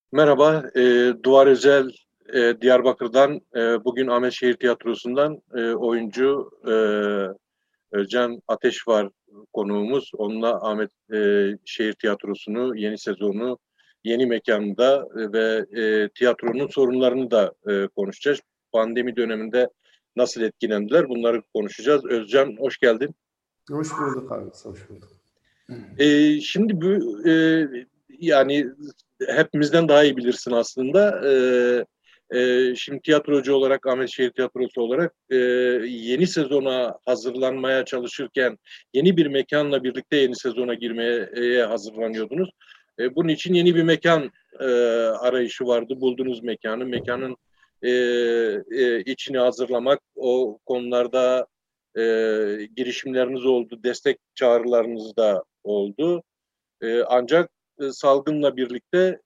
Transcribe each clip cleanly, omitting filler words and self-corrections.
Merhaba, Duvar Özel Diyarbakır'dan, bugün Ahmet Şehir Tiyatrosu'ndan oyuncu Özcan Ateş var konuğumuz. Onunla Ahmet Şehir Tiyatrosu'nu, yeni sezonu, yeni mekanında ve tiyatronun sorunlarını da konuşacağız. Pandemi döneminde nasıl etkilendiler bunları konuşacağız. Özcan, hoş geldin. Hoş bulduk abi, hoş bulduk. Şimdi bu yani hepimizden daha iyi bilirsin aslında. Şimdi tiyatrocu olarak Ahmet Şehir Tiyatrosu olarak yeni sezona hazırlanmaya çalışırken yeni bir mekanla birlikte yeni sezona girmeye hazırlanıyordunuz. Bunun için yeni bir mekan arayışı vardı. Buldunuz mekanı. Mekanın içini hazırlamak, o konularda e, girişimleriniz oldu, destek çağrılarınız da oldu. Ancak salgınla birlikte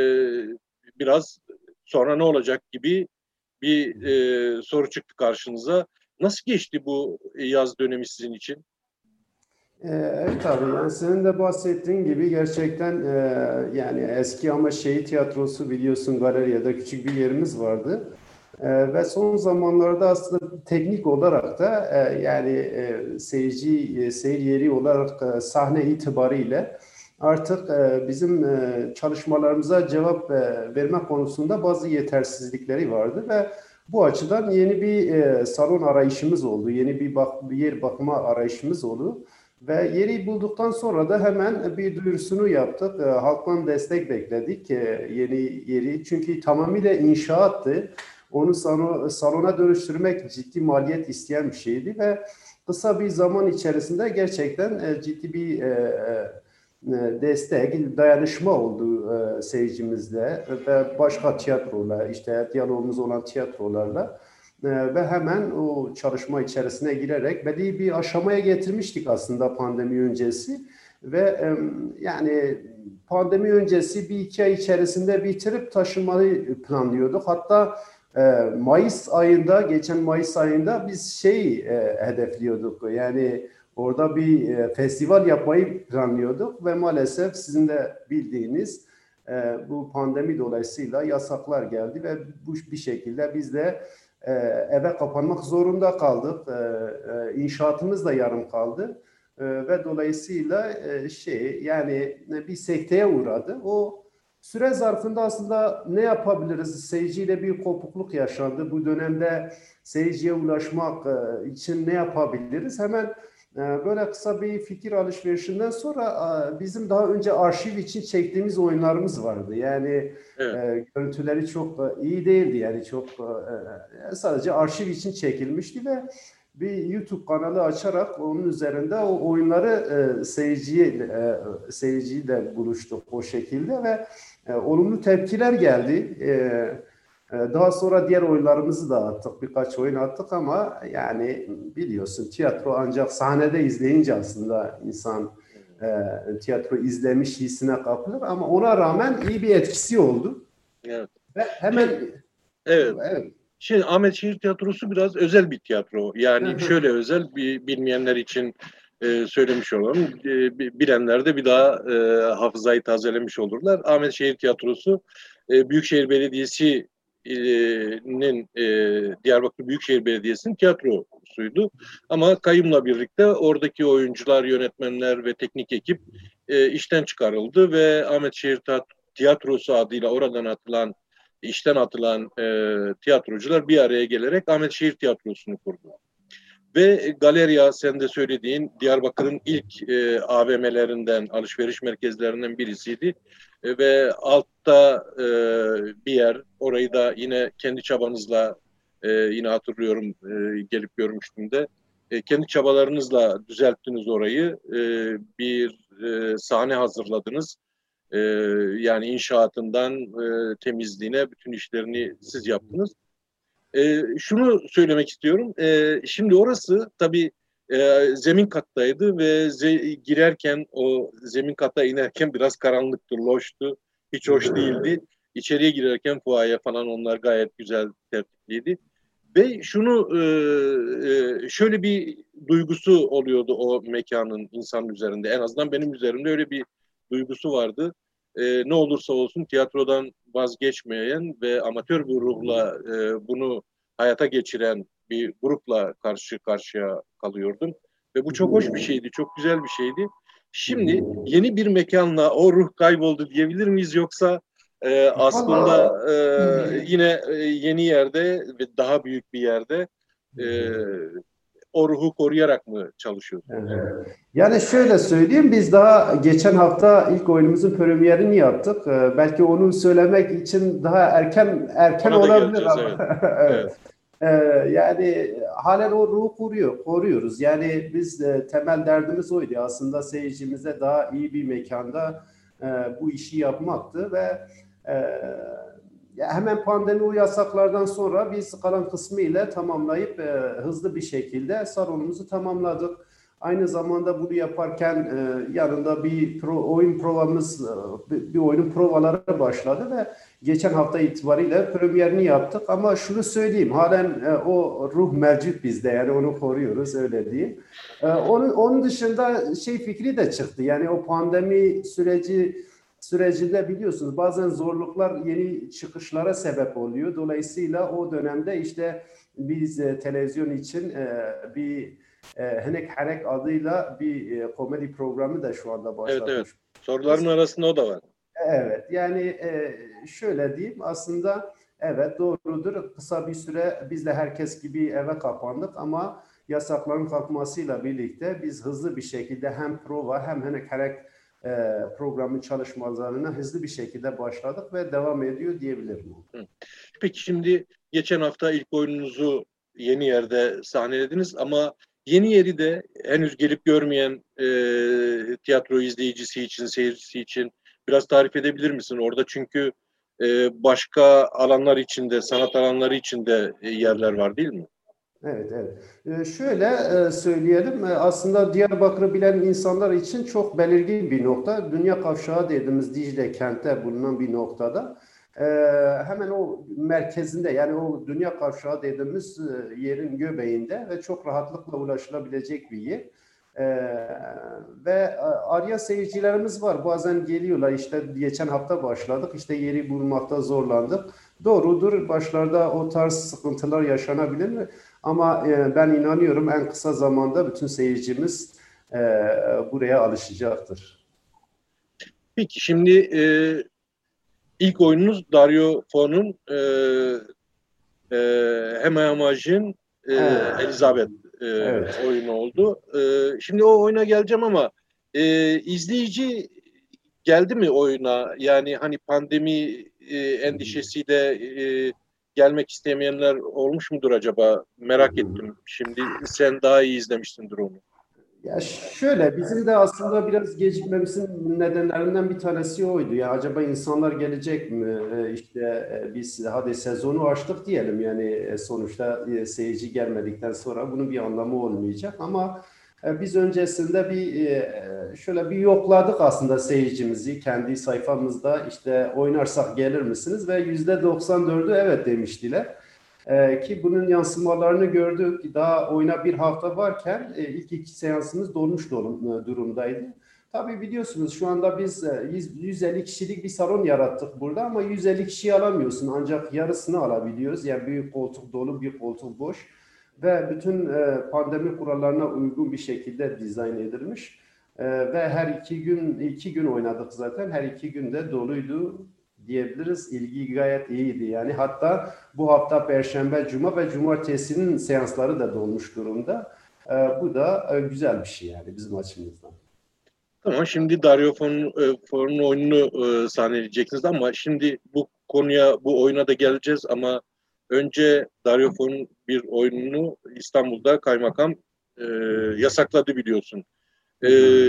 biraz sonra ne olacak gibi bir soru çıktı karşınıza. Nasıl geçti bu yaz dönemi sizin için? Evet abi, yani senin de bahsettiğin gibi gerçekten yani eski ama şehir tiyatrosu biliyorsun galeriyada küçük bir yerimiz vardı. Ve son zamanlarda aslında teknik olarak da yani seyir yeri olarak sahne itibariyle artık bizim çalışmalarımıza cevap verme konusunda bazı yetersizlikleri vardı ve bu açıdan yeni bir salon arayışımız oldu. Yeni bir yer bakma arayışımız oldu. Ve yeri bulduktan sonra da hemen bir duyurusunu yaptık. Halktan destek bekledik yeni yeri. Çünkü tamamıyla inşaattı. Onu salona dönüştürmek ciddi maliyet isteyen bir şeydi ve kısa bir zaman içerisinde gerçekten ciddi bir destek, dayanışma oldu seyircimizle ve başka tiyatrolar, işte diyalogumuz olan tiyatrolarla. Ve hemen o çalışma içerisine girerek belli bir aşamaya getirmiştik aslında pandemi öncesi ve yani pandemi öncesi bir iki ay içerisinde bitirip taşınmayı planlıyorduk. Hatta geçen Mayıs ayında biz hedefliyorduk. Yani orada bir festival yapmayı planlıyorduk ve maalesef sizin de bildiğiniz bu pandemi dolayısıyla yasaklar geldi ve bu bir şekilde biz de eve kapanmak zorunda kaldık. İnşaatımız da yarım kaldı. Ve dolayısıyla yani bir sekteye uğradı. O süre zarfında aslında ne yapabiliriz? Seyirciyle bir kopukluk yaşandı. Bu dönemde seyirciye ulaşmak için ne yapabiliriz? Hemen böyle kısa bir fikir alışverişinden sonra bizim daha önce arşiv için çektiğimiz oyunlarımız vardı. Yani Evet. görüntüleri çok iyi değildi. Yani çok sadece arşiv için çekilmişti ve bir YouTube kanalı açarak onun üzerinde o oyunları seyirciyle buluştuk o şekilde ve olumlu tepkiler geldi. Daha sonra diğer oyunlarımızı da attık. Birkaç oyun attık ama yani biliyorsun tiyatro ancak sahnede izleyince aslında insan tiyatro izlemiş hissine kapılır ama ona rağmen iyi bir etkisi oldu. Evet. Ve Şimdi, hemen evet. evet. Şimdi Ahmet Şehir Tiyatrosu biraz özel bir tiyatro. Yani şöyle özel, bilmeyenler için söylemiş olalım. Bilenler de bir daha hafızayı tazelemiş olurlar. Ahmet Şehir Tiyatrosu Büyükşehir Belediyesi'nin Diyarbakır Büyükşehir Belediyesi'nin tiyatrosuydu. Ama kayyumla birlikte oradaki oyuncular, yönetmenler ve teknik ekip işten çıkarıldı ve Ahmet Şehir Tiyatrosu adıyla oradan işten atılan tiyatrocular bir araya gelerek Ahmet Şehir Tiyatrosu'nu kurdu. Ve Galeria, sen de söylediğin, Diyarbakır'ın ilk AVM'lerinden, alışveriş merkezlerinden birisiydi. Ve altta bir yer, orayı da yine kendi çabanızla, yine hatırlıyorum, gelip görmüştüm de, kendi çabalarınızla düzelttiniz orayı. Bir sahne hazırladınız. Ee, Yani inşaatından temizliğine bütün işlerini siz yaptınız. Şunu söylemek istiyorum. Şimdi orası tabii zemin kattaydı ve girerken o zemin kata inerken biraz karanlıktı, loştu. Hiç hoş değildi. İçeriye girerken fuaye falan onlar gayet güzel, tertipliydi. Ve şöyle bir duygusu oluyordu o mekanın insan üzerinde. En azından benim üzerimde öyle bir duygusu vardı. ne olursa olsun tiyatrodan vazgeçmeyen ve amatör bir ruhla bunu hayata geçiren bir grupla karşı karşıya kalıyordum. Ve bu çok hoş bir şeydi, çok güzel bir şeydi. Şimdi yeni bir mekanla o ruh kayboldu diyebilir miyiz, yoksa aslında Vallahi yine yeni yerde ve daha büyük bir yerde e, o ruhu koruyarak mı çalışıyorsunuz? yani şöyle söyleyeyim, biz daha geçen hafta ilk oyunumuzun premierini yaptık. Belki onu söylemek için daha erken Ona da olabilir geleceğiz, ama evet. Evet. evet. Ee, yani halen o ruhu koruyoruz. Yani biz temel derdimiz oydu. Aslında seyircimize daha iyi bir mekanda e, bu işi yapmaktı ve e, ya hemen pandemi o yasaklardan sonra biz kalan kısmı ile tamamlayıp hızlı bir şekilde salonumuzu tamamladık. Aynı zamanda bunu yaparken yanında bir oyun provamız, bir oyunun provaları başladı ve geçen hafta itibariyle premierini yaptık. Ama şunu söyleyeyim, halen o ruh mevcut bizde, yani onu koruyoruz, öyle diyeyim. Onun dışında şey fikri de çıktı. Yani o pandemi sürecinde biliyorsunuz bazen zorluklar yeni çıkışlara sebep oluyor. Dolayısıyla o dönemde işte biz televizyon için bir Henek Harek adıyla bir komedi programı da şu anda Evet, evet. başlatmış. Soruların arasında o da var. Evet, yani şöyle diyeyim, aslında evet doğrudur. Kısa bir süre biz de herkes gibi eve kapandık ama yasakların kalkmasıyla birlikte biz hızlı bir şekilde hem prova hem Henek Harek programın çalışmalarına hızlı bir şekilde başladık ve devam ediyor diyebilirim. Hı. Peki şimdi geçen hafta ilk oyununuzu yeni yerde sahnelediniz ama yeni yeri de henüz gelip görmeyen tiyatro izleyicisi için, seyircisi için biraz tarif edebilir misin? Orada çünkü başka alanlar içinde, sanat alanları içinde yerler var değil mi? Evet, evet. Şöyle söyleyelim, aslında Diyarbakır'ı bilen insanlar için çok belirgin bir nokta. Dünya Kavşağı dediğimiz Dicle kentte bulunan bir noktada. E, hemen o merkezinde, yani o Dünya Kavşağı dediğimiz yerin göbeğinde ve çok rahatlıkla ulaşılabilecek bir yer. E, arayan seyircilerimiz var. Bazen geliyorlar, işte geçen hafta başladık, işte yeri bulmakta zorlandık. Doğrudur, başlarda o tarz sıkıntılar yaşanabilir. Ama ben inanıyorum en kısa zamanda bütün seyircimiz buraya alışacaktır. Peki şimdi ilk oyununuz Dario Fo'nun e, Hemamajin Evet, Elizabeth evet. oyunu oldu. Şimdi o oyuna geleceğim ama izleyici geldi mi oyuna? Yani hani pandemi endişesiyle gelmek istemeyenler olmuş mudur acaba? Merak ettim. Şimdi sen daha iyi izlemişsindir onu. Ya şöyle, bizim de aslında biraz gecikmemizin nedenlerinden bir tanesi oydu. Ya acaba insanlar gelecek mi? İşte biz hadi sezonu açtık diyelim. Yani sonuçta seyirci gelmedikten sonra bunun bir anlamı olmayacak. Ama biz öncesinde şöyle bir yokladık aslında seyircimizi kendi sayfamızda. İşte oynarsak gelir misiniz? Ve %94'ü evet demiştiler. Ki bunun yansımalarını gördük. Daha oyuna bir hafta varken ilk iki seansımız dolmuş durumdaydı. Tabii biliyorsunuz şu anda biz 150 kişilik bir salon yarattık burada ama 150 kişiyi alamıyorsun. Ancak yarısını alabiliyoruz. Yani bir koltuk dolu, bir koltuk boş. Ve bütün pandemi kurallarına uygun bir şekilde dizayn edilmiş. Ve her iki gün oynadık zaten. Her iki günde doluydu diyebiliriz. İlgi gayet iyiydi. Yani hatta bu hafta Perşembe, Cuma ve Cumartesi'nin seansları da dolmuş durumda. Bu da güzel bir şey yani bizim açımızdan. Tamam, şimdi Dario Fo'nun oyununu sahneleyeceksiniz ama şimdi bu konuya, bu oyuna da geleceğiz ama önce Dario Fo'nun bir oyununu İstanbul'da kaymakam e, yasakladı biliyorsun. Hı E, hı.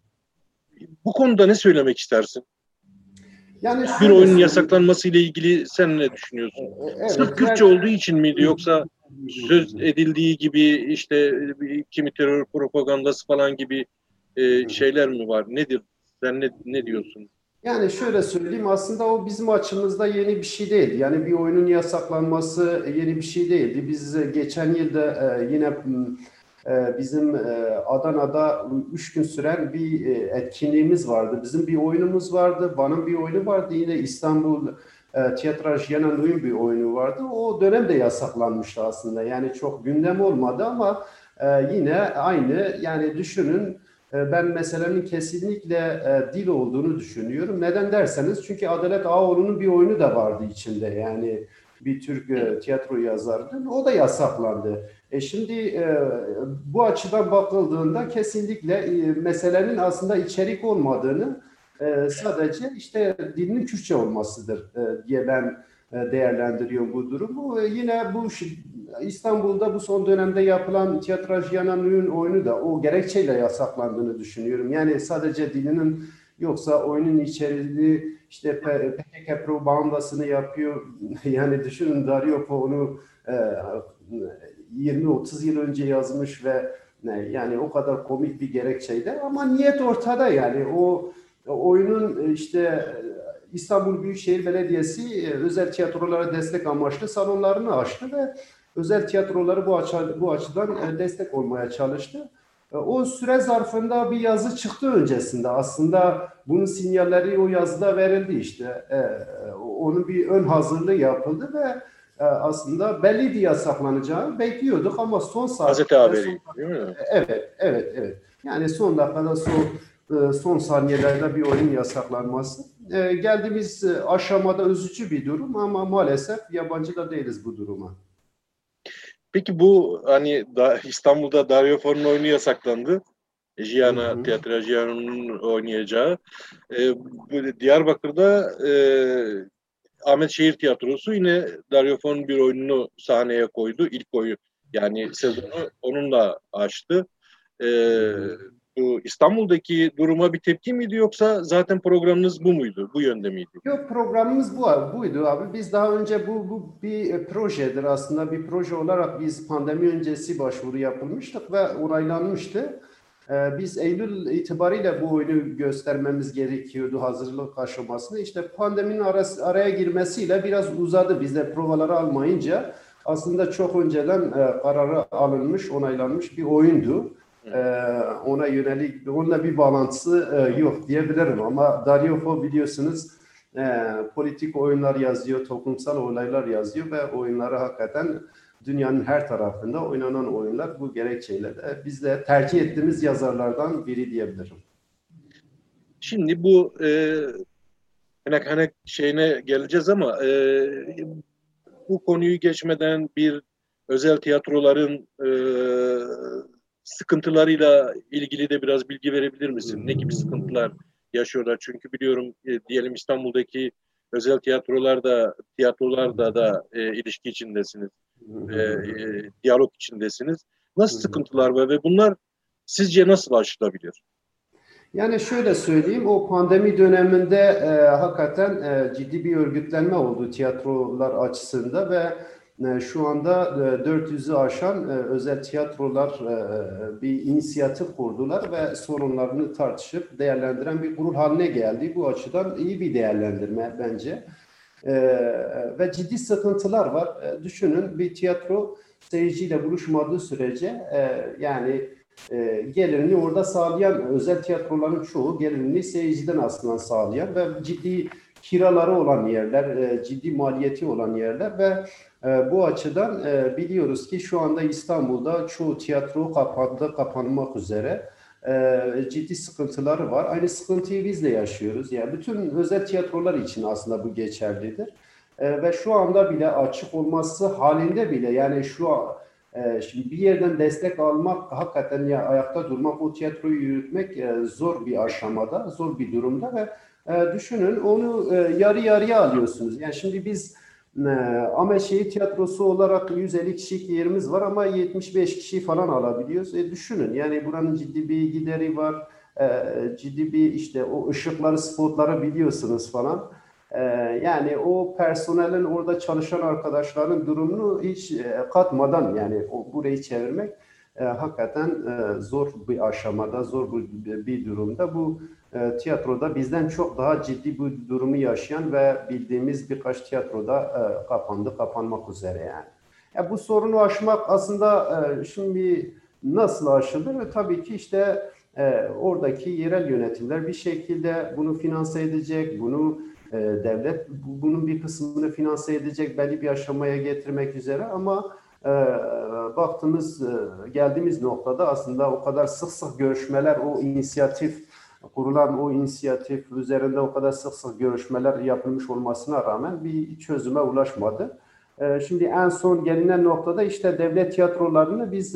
bu konuda ne söylemek istersin? Yani Bir şöyle oyunun söyleyeyim. yasaklanması ile ilgili sen ne düşünüyorsun? Sırf Evet Kürtçe yani olduğu için miydi, yoksa söz edildiği gibi işte kimi terör propagandası falan gibi şeyler mi var? Nedir? Sen ne diyorsun? Yani şöyle söyleyeyim, aslında o bizim açımızda yeni bir şey değil. Yani bir oyunun yasaklanması yeni bir şey değildi. Biz geçen yılda yine bizim Adana'da 3 gün süren bir etkinliğimiz vardı. Bizim bir oyunumuz vardı, Van'ın bir oyunu vardı. Yine İstanbul Tiyatraj Yenanuy'un bir oyunu vardı. O dönem de yasaklanmıştı aslında. Yani çok gündem olmadı ama yine aynı. Yani düşünün, ben meselenin kesinlikle dil olduğunu düşünüyorum. Neden derseniz, çünkü Adalet Ağaoğlu'nun bir oyunu da vardı içinde. Yani bir Türk tiyatro yazardı. O da yasaklandı. Şimdi bu açıdan bakıldığında kesinlikle meselenin aslında içerik olmadığını, sadece işte dilinin Kürtçe olmasıdır diye ben değerlendiriyorum bu durumu. Yine bu İstanbul'da bu son dönemde yapılan Tiyatraj Yananü'nün oyunu da o gerekçeyle yasaklandığını düşünüyorum. Yani sadece dilinin, yoksa oyunun içeriği işte PKK propagandasını yapıyor. Yani düşünün, Dario Po onu 20-30 yıl önce yazmış ve yani o kadar komik bir gerekçeydi ama niyet ortada. Yani o oyunun işte İstanbul Büyükşehir Belediyesi özel tiyatrolara destek amaçlı salonlarını açtı ve özel tiyatroları bu açıdan destek olmaya çalıştı. O süre zarfında bir yazı çıktı öncesinde. Aslında bunun sinyalleri o yazıda verildi işte. Onun bir ön hazırlığı yapıldı ve aslında belliydi yasaklanacağını bekliyorduk ama son Gazete saatte, haberi, değil mi? evet. Yani son dakikada, son saniyelerde bir oyun yasaklanması. Geldiğimiz aşamada üzücü bir durum ama maalesef yabancı da değiliz bu duruma. Peki bu hani İstanbul'da Dario Fo'nun oyunu yasaklandı. Hı Gianna, hı. Tiyatro Gianna'nın oynayacağı. Bu Diyarbakır'da Ahmet Şehir Tiyatrosu yine Dario Fo'nun bir oyununu sahneye koydu. İlk oyun, yani sezonu onunla açtı. E, Hı hı. Bu İstanbul'daki duruma bir tepki miydi, yoksa zaten programınız bu muydu? Bu yönde miydi? Yok, programımız buydu abi. Biz daha önce bu bir projedir aslında. Bir proje olarak biz pandemi öncesi başvuru yapılmıştık ve onaylanmıştı. Biz Eylül itibariyle bu oyunu göstermemiz gerekiyordu, hazırlık aşamasında. İşte pandeminin araya girmesiyle biraz uzadı. Biz de provaları almayınca aslında çok önceden kararı alınmış, onaylanmış bir oyundu. Ee, Ona yönelik, onunla bir bağlantısı yok diyebilirim ama Dario Fo biliyorsunuz politik oyunlar yazıyor, toplumsal olaylar yazıyor ve oyunları hakikaten dünyanın her tarafında oynanan oyunlar. Bu gerekçeyle de biz de tercih ettiğimiz yazarlardan biri diyebilirim. Şimdi bu hani şeyine geleceğiz ama bu konuyu geçmeden bir özel tiyatroların sıkıntılarıyla ilgili de biraz bilgi verebilir misin? Ne gibi sıkıntılar yaşıyorlar? Çünkü biliyorum, diyelim İstanbul'daki özel tiyatrolarda da ilişki içindesiniz, diyalog içindesiniz. Nasıl sıkıntılar var ve bunlar sizce nasıl aşılabilir? Yani şöyle söyleyeyim, o pandemi döneminde hakikaten ciddi bir örgütlenme oldu tiyatrolar açısında ve şu anda 400'ü aşan özel tiyatrolar bir inisiyatif kurdular ve sorunlarını tartışıp değerlendiren bir kurul haline geldi. Bu açıdan iyi bir değerlendirme bence. E, Ve ciddi sıkıntılar var. Düşünün, bir tiyatro seyirciyle buluşmadığı sürece yani gelirini orada sağlayan, özel tiyatroların çoğu gelirini seyirciden aslında sağlayan ve ciddi kiraları olan yerler, ciddi maliyeti olan yerler ve bu açıdan biliyoruz ki şu anda İstanbul'da çoğu tiyatro kapandı, kapanmak üzere. Ciddi sıkıntıları var. Aynı sıkıntıyı biz de yaşıyoruz. Yani bütün özel tiyatrolar için aslında bu geçerlidir. Ve şu anda bile açık olması halinde bile, yani şimdi bir yerden destek almak, hakikaten ya ayakta durmak, o tiyatroyu yürütmek zor bir aşamada, zor bir durumda ve düşünün, onu yarı yarıya alıyorsunuz. Yani şimdi biz Ahmet Şehir Tiyatrosu olarak 150 kişilik yerimiz var ama 75 kişi falan alabiliyoruz. Düşünün, yani buranın ciddi bir gideri var, ciddi bir, işte o ışıkları, spotları biliyorsunuz falan. Yani o personelin, orada çalışan arkadaşların durumunu hiç katmadan yani burayı çevirmek hakikaten zor bir aşamada, zor bir durumda. Bu tiyatroda bizden çok daha ciddi bu durumu yaşayan ve bildiğimiz birkaç tiyatroda kapanmak üzere yani. Bu sorunu aşmak aslında şimdi nasıl aşılır? Ve tabii ki işte oradaki yerel yönetimler bir şekilde bunu finanse edecek, bunu devlet bunun bir kısmını finanse edecek, belli bir aşamaya getirmek üzere ama geldiğimiz noktada aslında o kadar sık sık görüşmeler, kurulan o inisiyatif üzerinde o kadar sık sık görüşmeler yapılmış olmasına rağmen bir çözüme ulaşmadı. Şimdi en son gelinen noktada işte devlet tiyatrolarını biz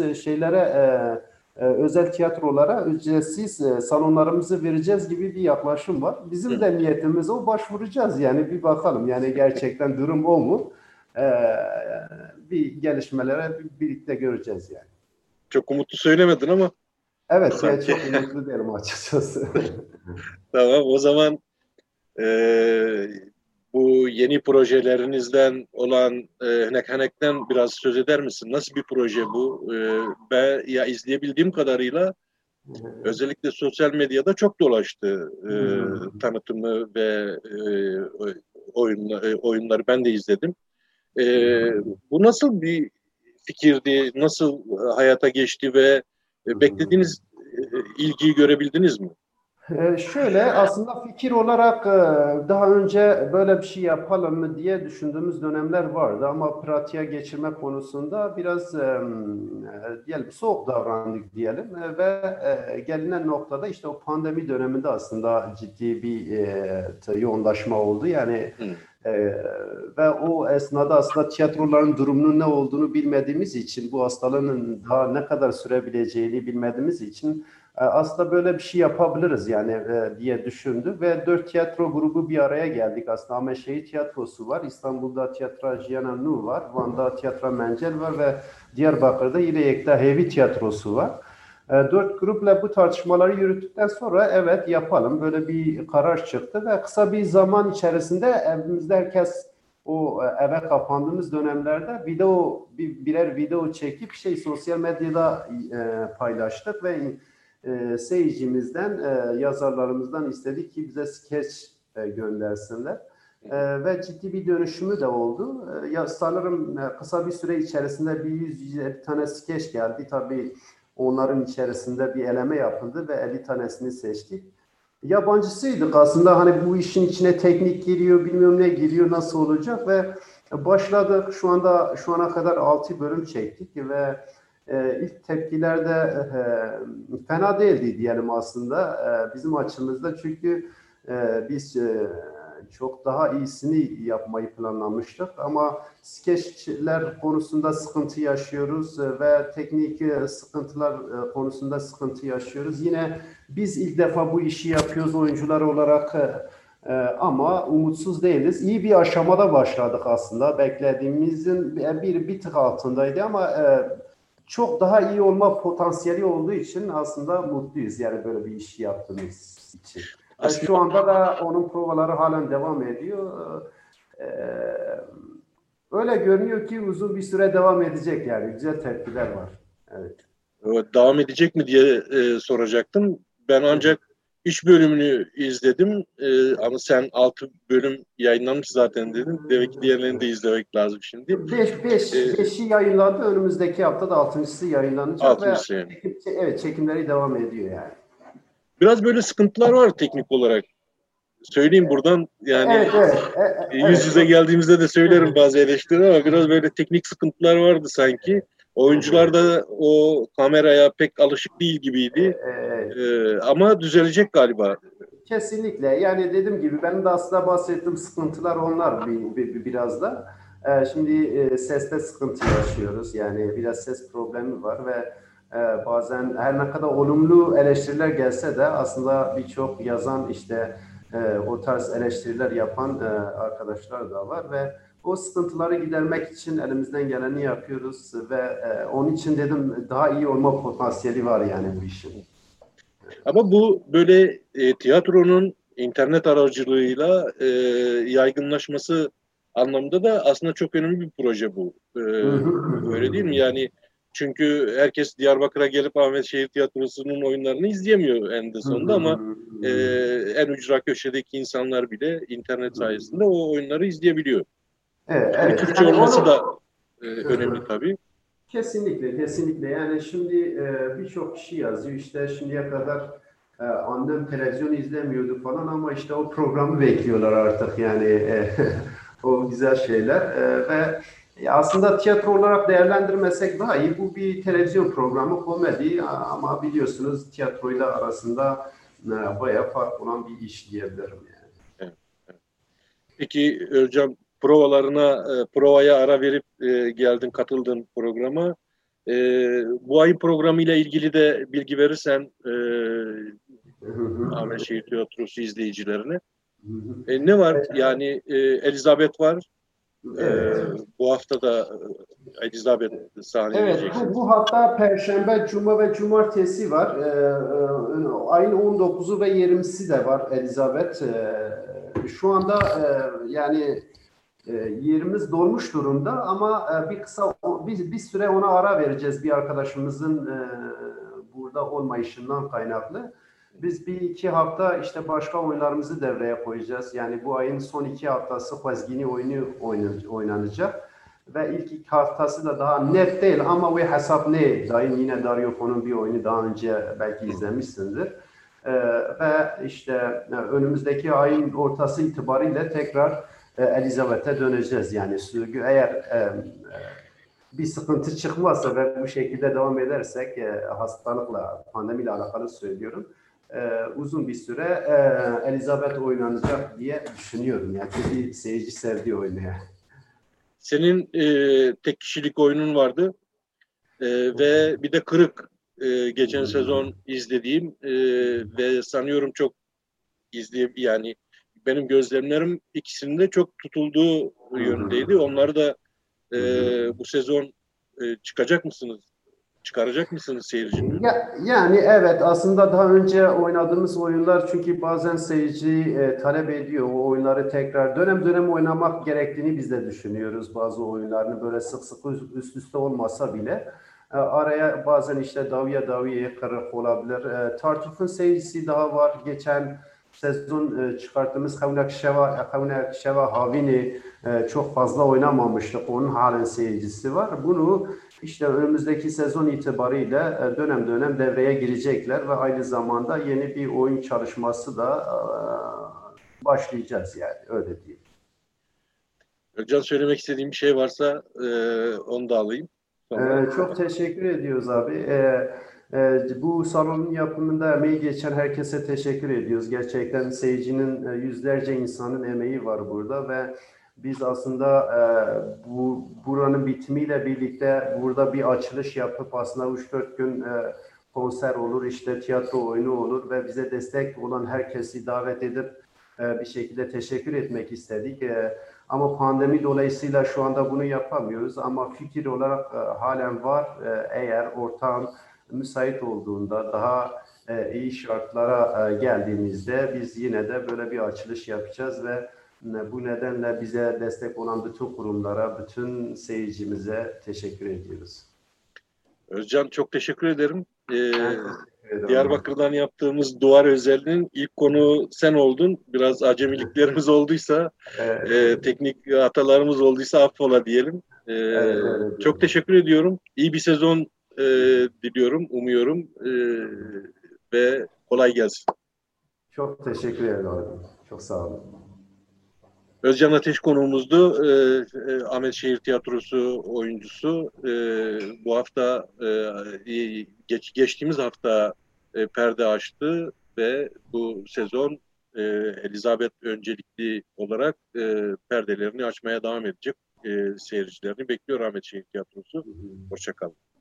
özel tiyatrolara ücretsiz salonlarımızı vereceğiz gibi bir yaklaşım var. Bizim de niyetimiz o, başvuracağız yani bir bakalım yani gerçekten durum o mu? Bir gelişmelere birlikte göreceğiz yani. Çok umutlu söylemedin ama Evet yani sanki. çok umutlu değilim açıkçası. Tamam, o zaman bu yeni projelerinizden olan Hnekhanek'ten biraz söz eder misin? Nasıl bir proje bu? Ben ya izleyebildiğim kadarıyla özellikle sosyal medyada çok dolaştı tanıtımı ve oyunları ben de izledim. E, Bu nasıl bir fikirdi? Nasıl hayata geçti ve beklediğiniz ilgiyi görebildiniz mi? Şöyle aslında fikir olarak daha önce böyle bir şey yapalım mı diye düşündüğümüz dönemler vardı ama pratiğe geçirme konusunda biraz diyelim soğuk davrandık diyelim. Ve gelinen noktada işte o pandemi döneminde aslında ciddi bir yoğunlaşma oldu yani. Hı. e, Ve o esnada aslında tiyatroların durumunun ne olduğunu bilmediğimiz için, bu hastalığın daha ne kadar sürebileceğini bilmediğimiz için aslında böyle bir şey yapabiliriz yani diye düşündü ve 4 tiyatro grubu bir araya geldik. Aslında Ahmet Şehit Tiyatrosu var, İstanbul'da Tiyatro Jiyana Nu var, Van'da Tiyatro Mencel var ve Diyarbakır'da yine Yekta Hevi Tiyatrosu var. 4 grupla bu tartışmaları yürüttükten sonra evet yapalım böyle bir karar çıktı ve kısa bir zaman içerisinde evimizde herkes o eve kapandığımız dönemlerde birer video çekip sosyal medyada paylaştık ve seyircimizden, yazarlarımızdan istedik ki bize skeç göndersinler. Ve ciddi bir dönüşümü de oldu. Ya sanırım kısa bir süre içerisinde bir 150 tane skeç geldi. Tabii onların içerisinde bir eleme yapıldı ve 50 tanesini seçtik. Yabancısıydık aslında hani bu işin içine teknik giriyor, bilmiyorum ne giriyor, nasıl olacak ve başladık. Şu ana kadar 6 bölüm çektik ve ilk tepkiler de fena değildi diyelim aslında bizim açımızda çünkü biz çok daha iyisini yapmayı planlamıştık ama skeçler konusunda sıkıntı yaşıyoruz ve teknik sıkıntılar konusunda sıkıntı yaşıyoruz. Yine biz ilk defa bu işi yapıyoruz oyuncular olarak ama umutsuz değiliz. İyi bir aşamada başladık aslında. Beklediğimizin bir tık altındaydı ama çok daha iyi olma potansiyeli olduğu için aslında mutluyuz yani böyle bir işi yaptığımız için. Aslında Şu anda da onun provaları halen devam ediyor. Öyle görünüyor ki uzun bir süre devam edecek yani. Güzel tepkiler var. Evet. devam edecek mi diye soracaktım. Ben ancak 3 bölümünü izledim. Ama sen 6 bölüm yayınlanmış zaten dedin. Demek ki diğerlerini de izlemek lazım şimdi. E, Beşi yayınlandı. Önümüzdeki hafta da altıncısı yayınlanacak ve 6. yani. evet çekimleri devam ediyor yani. Biraz böyle sıkıntılar var teknik olarak. Söyleyeyim buradan yani Evet, evet, yüz evet. yüze geldiğimizde de söylerim bazı eleştiri ama biraz böyle teknik sıkıntılar vardı sanki. Oyuncular da o kameraya pek alışık değil gibiydi. Ama düzelecek galiba. Kesinlikle. Yani dediğim gibi benim de aslında bahsettiğim sıkıntılar onlar biraz da. Şimdi seste sıkıntı yaşıyoruz. Yani biraz ses problemi var ve bazen her ne kadar olumlu eleştiriler gelse de aslında birçok yazan o tarz eleştiriler yapan arkadaşlar da var ve o sıkıntıları gidermek için elimizden geleni yapıyoruz ve onun için dedim daha iyi olma potansiyeli var yani bu işin. Ama bu böyle tiyatronun internet aracılığıyla yaygınlaşması anlamında da aslında çok önemli bir proje bu. Hı hı Öyle değil mi? hı. Yani çünkü herkes Diyarbakır'a gelip Ahmet Şehir Tiyatrosu'nun oyunlarını izleyemiyor eninde Hı sonunda ama e, en ücra köşedeki insanlar bile internet sayesinde o oyunları izleyebiliyor. Evet, Hani evet. Türkçe Yani olması onu da önemli tabii. Kesinlikle, kesinlikle. Yani şimdi birçok kişi yazıyor. İşte şimdiye kadar annem televizyon izlemiyordu falan ama işte o programı bekliyorlar artık yani o güzel şeyler. Ve aslında tiyatro olarak değerlendirmesek daha iyi. Bu bir televizyon programı, komedi ama biliyorsunuz tiyatroyla arasında bayağı fark olan bir iş diyebilirim yani. Evet, evet. Peki Özcan, provaya ara verip geldin, katıldın programa. E, Bu ayın programıyla ilgili de bilgi verirsen Hı hı. Ahmet Şehir Tiyatrosu izleyicilerine. Hı hı. Ne var? Yani Elizabeth var. E, Evet. Bu hafta da Elizabeth Evet, sahneleyeceksin. bu hatta Perşembe, Cuma ve Cumartesi var. Ayın 19'u ve 20'si de var Elizabeth. Şu anda yani yerimiz dolmuş durumda ama bir süre ona ara vereceğiz bir arkadaşımızın burada olmayışından kaynaklı. Biz bir iki hafta işte başka oyunlarımızı devreye koyacağız. Yani bu ayın son iki haftası Khwezgini oyunu oynanacak. Ve ilk iki haftası da daha net değil ama ve hesap ne? Dayım yine Dario Fon'un bir oyunu daha önce belki izlemişsindir. Ve işte önümüzdeki ayın ortası itibariyle tekrar Elizabeth'e döneceğiz. Yani eğer bir sıkıntı çıkmazsa ve bu şekilde devam edersek hastalıkla, pandemiyle alakalı söylüyorum. Uzun bir süre Elizabeth oynanacak diye düşünüyorum. Yani çünkü seyirci sevdiği oyunu. Senin tek kişilik oyunun vardı. Ve bir de Kırık, geçen sezon izlediğim ve sanıyorum çok yani benim gözlemlerim ikisinde çok tutulduğu yönündeydi. Onları da bu sezon çıkacak mısınız? Çıkaracak mısınız seyircinin önüne? Yani evet aslında daha önce oynadığımız oyunlar çünkü bazen seyirci talep ediyor o oyunları tekrar dönem dönem oynamak gerektiğini biz de düşünüyoruz. Bazı oyunlarını böyle sık sık üst üste olmasa bile araya bazen işte Davya Davya'ya kırık olabilir. Tartuf'un seyircisi daha var. Geçen sezon çıkarttığımız Kavnak Şeva Havini çok fazla oynamamıştık. Onun halen seyircisi var. Bunu işte önümüzdeki sezon itibariyle dönem dönem devreye girecekler ve aynı zamanda yeni bir oyun çalışması da başlayacağız yani öyle diyeyim. Özcan, söylemek istediğim bir şey varsa onu da alayım sonra. Çok teşekkür ediyoruz abi. Bu salonun yapımında emeği geçen herkese teşekkür ediyoruz. Gerçekten seyircinin yüzlerce insanın emeği var burada ve biz aslında buranın bitimiyle birlikte burada bir açılış yapıp aslında 3-4 gün konser olur, işte tiyatro oyunu olur ve bize destek olan herkesi davet edip bir şekilde teşekkür etmek istedik. Ama pandemi dolayısıyla şu anda bunu yapamıyoruz. Ama fikir olarak halen var. Eğer ortam müsait olduğunda, daha iyi şartlara geldiğimizde biz yine de böyle bir açılış yapacağız ve bu nedenle bize destek olan bütün kurumlara, bütün seyircimize teşekkür ediyoruz. Özcan, çok teşekkür ederim. Ben teşekkür ederim abi. Diyarbakır'dan yaptığımız duvar özelinin ilk konu sen oldun. Biraz acemiliklerimiz olduysa, Evet, teknik hatalarımız olduysa affola diyelim. evet öyle Çok diyelim. teşekkür ediyorum. İyi bir sezon diliyorum, umuyorum ve kolay gelsin. Çok teşekkür ederim abi. Çok sağ olun. Özcan Ateş konuğumuzdu. Ahmet Şehir Tiyatrosu oyuncusu. Bu hafta geçtiğimiz hafta perde açtı ve bu sezon Elizabeth öncelikli olarak perdelerini açmaya devam edecek. Seyircilerini bekliyor Ahmet Şehir Tiyatrosu. Hoşça kalın.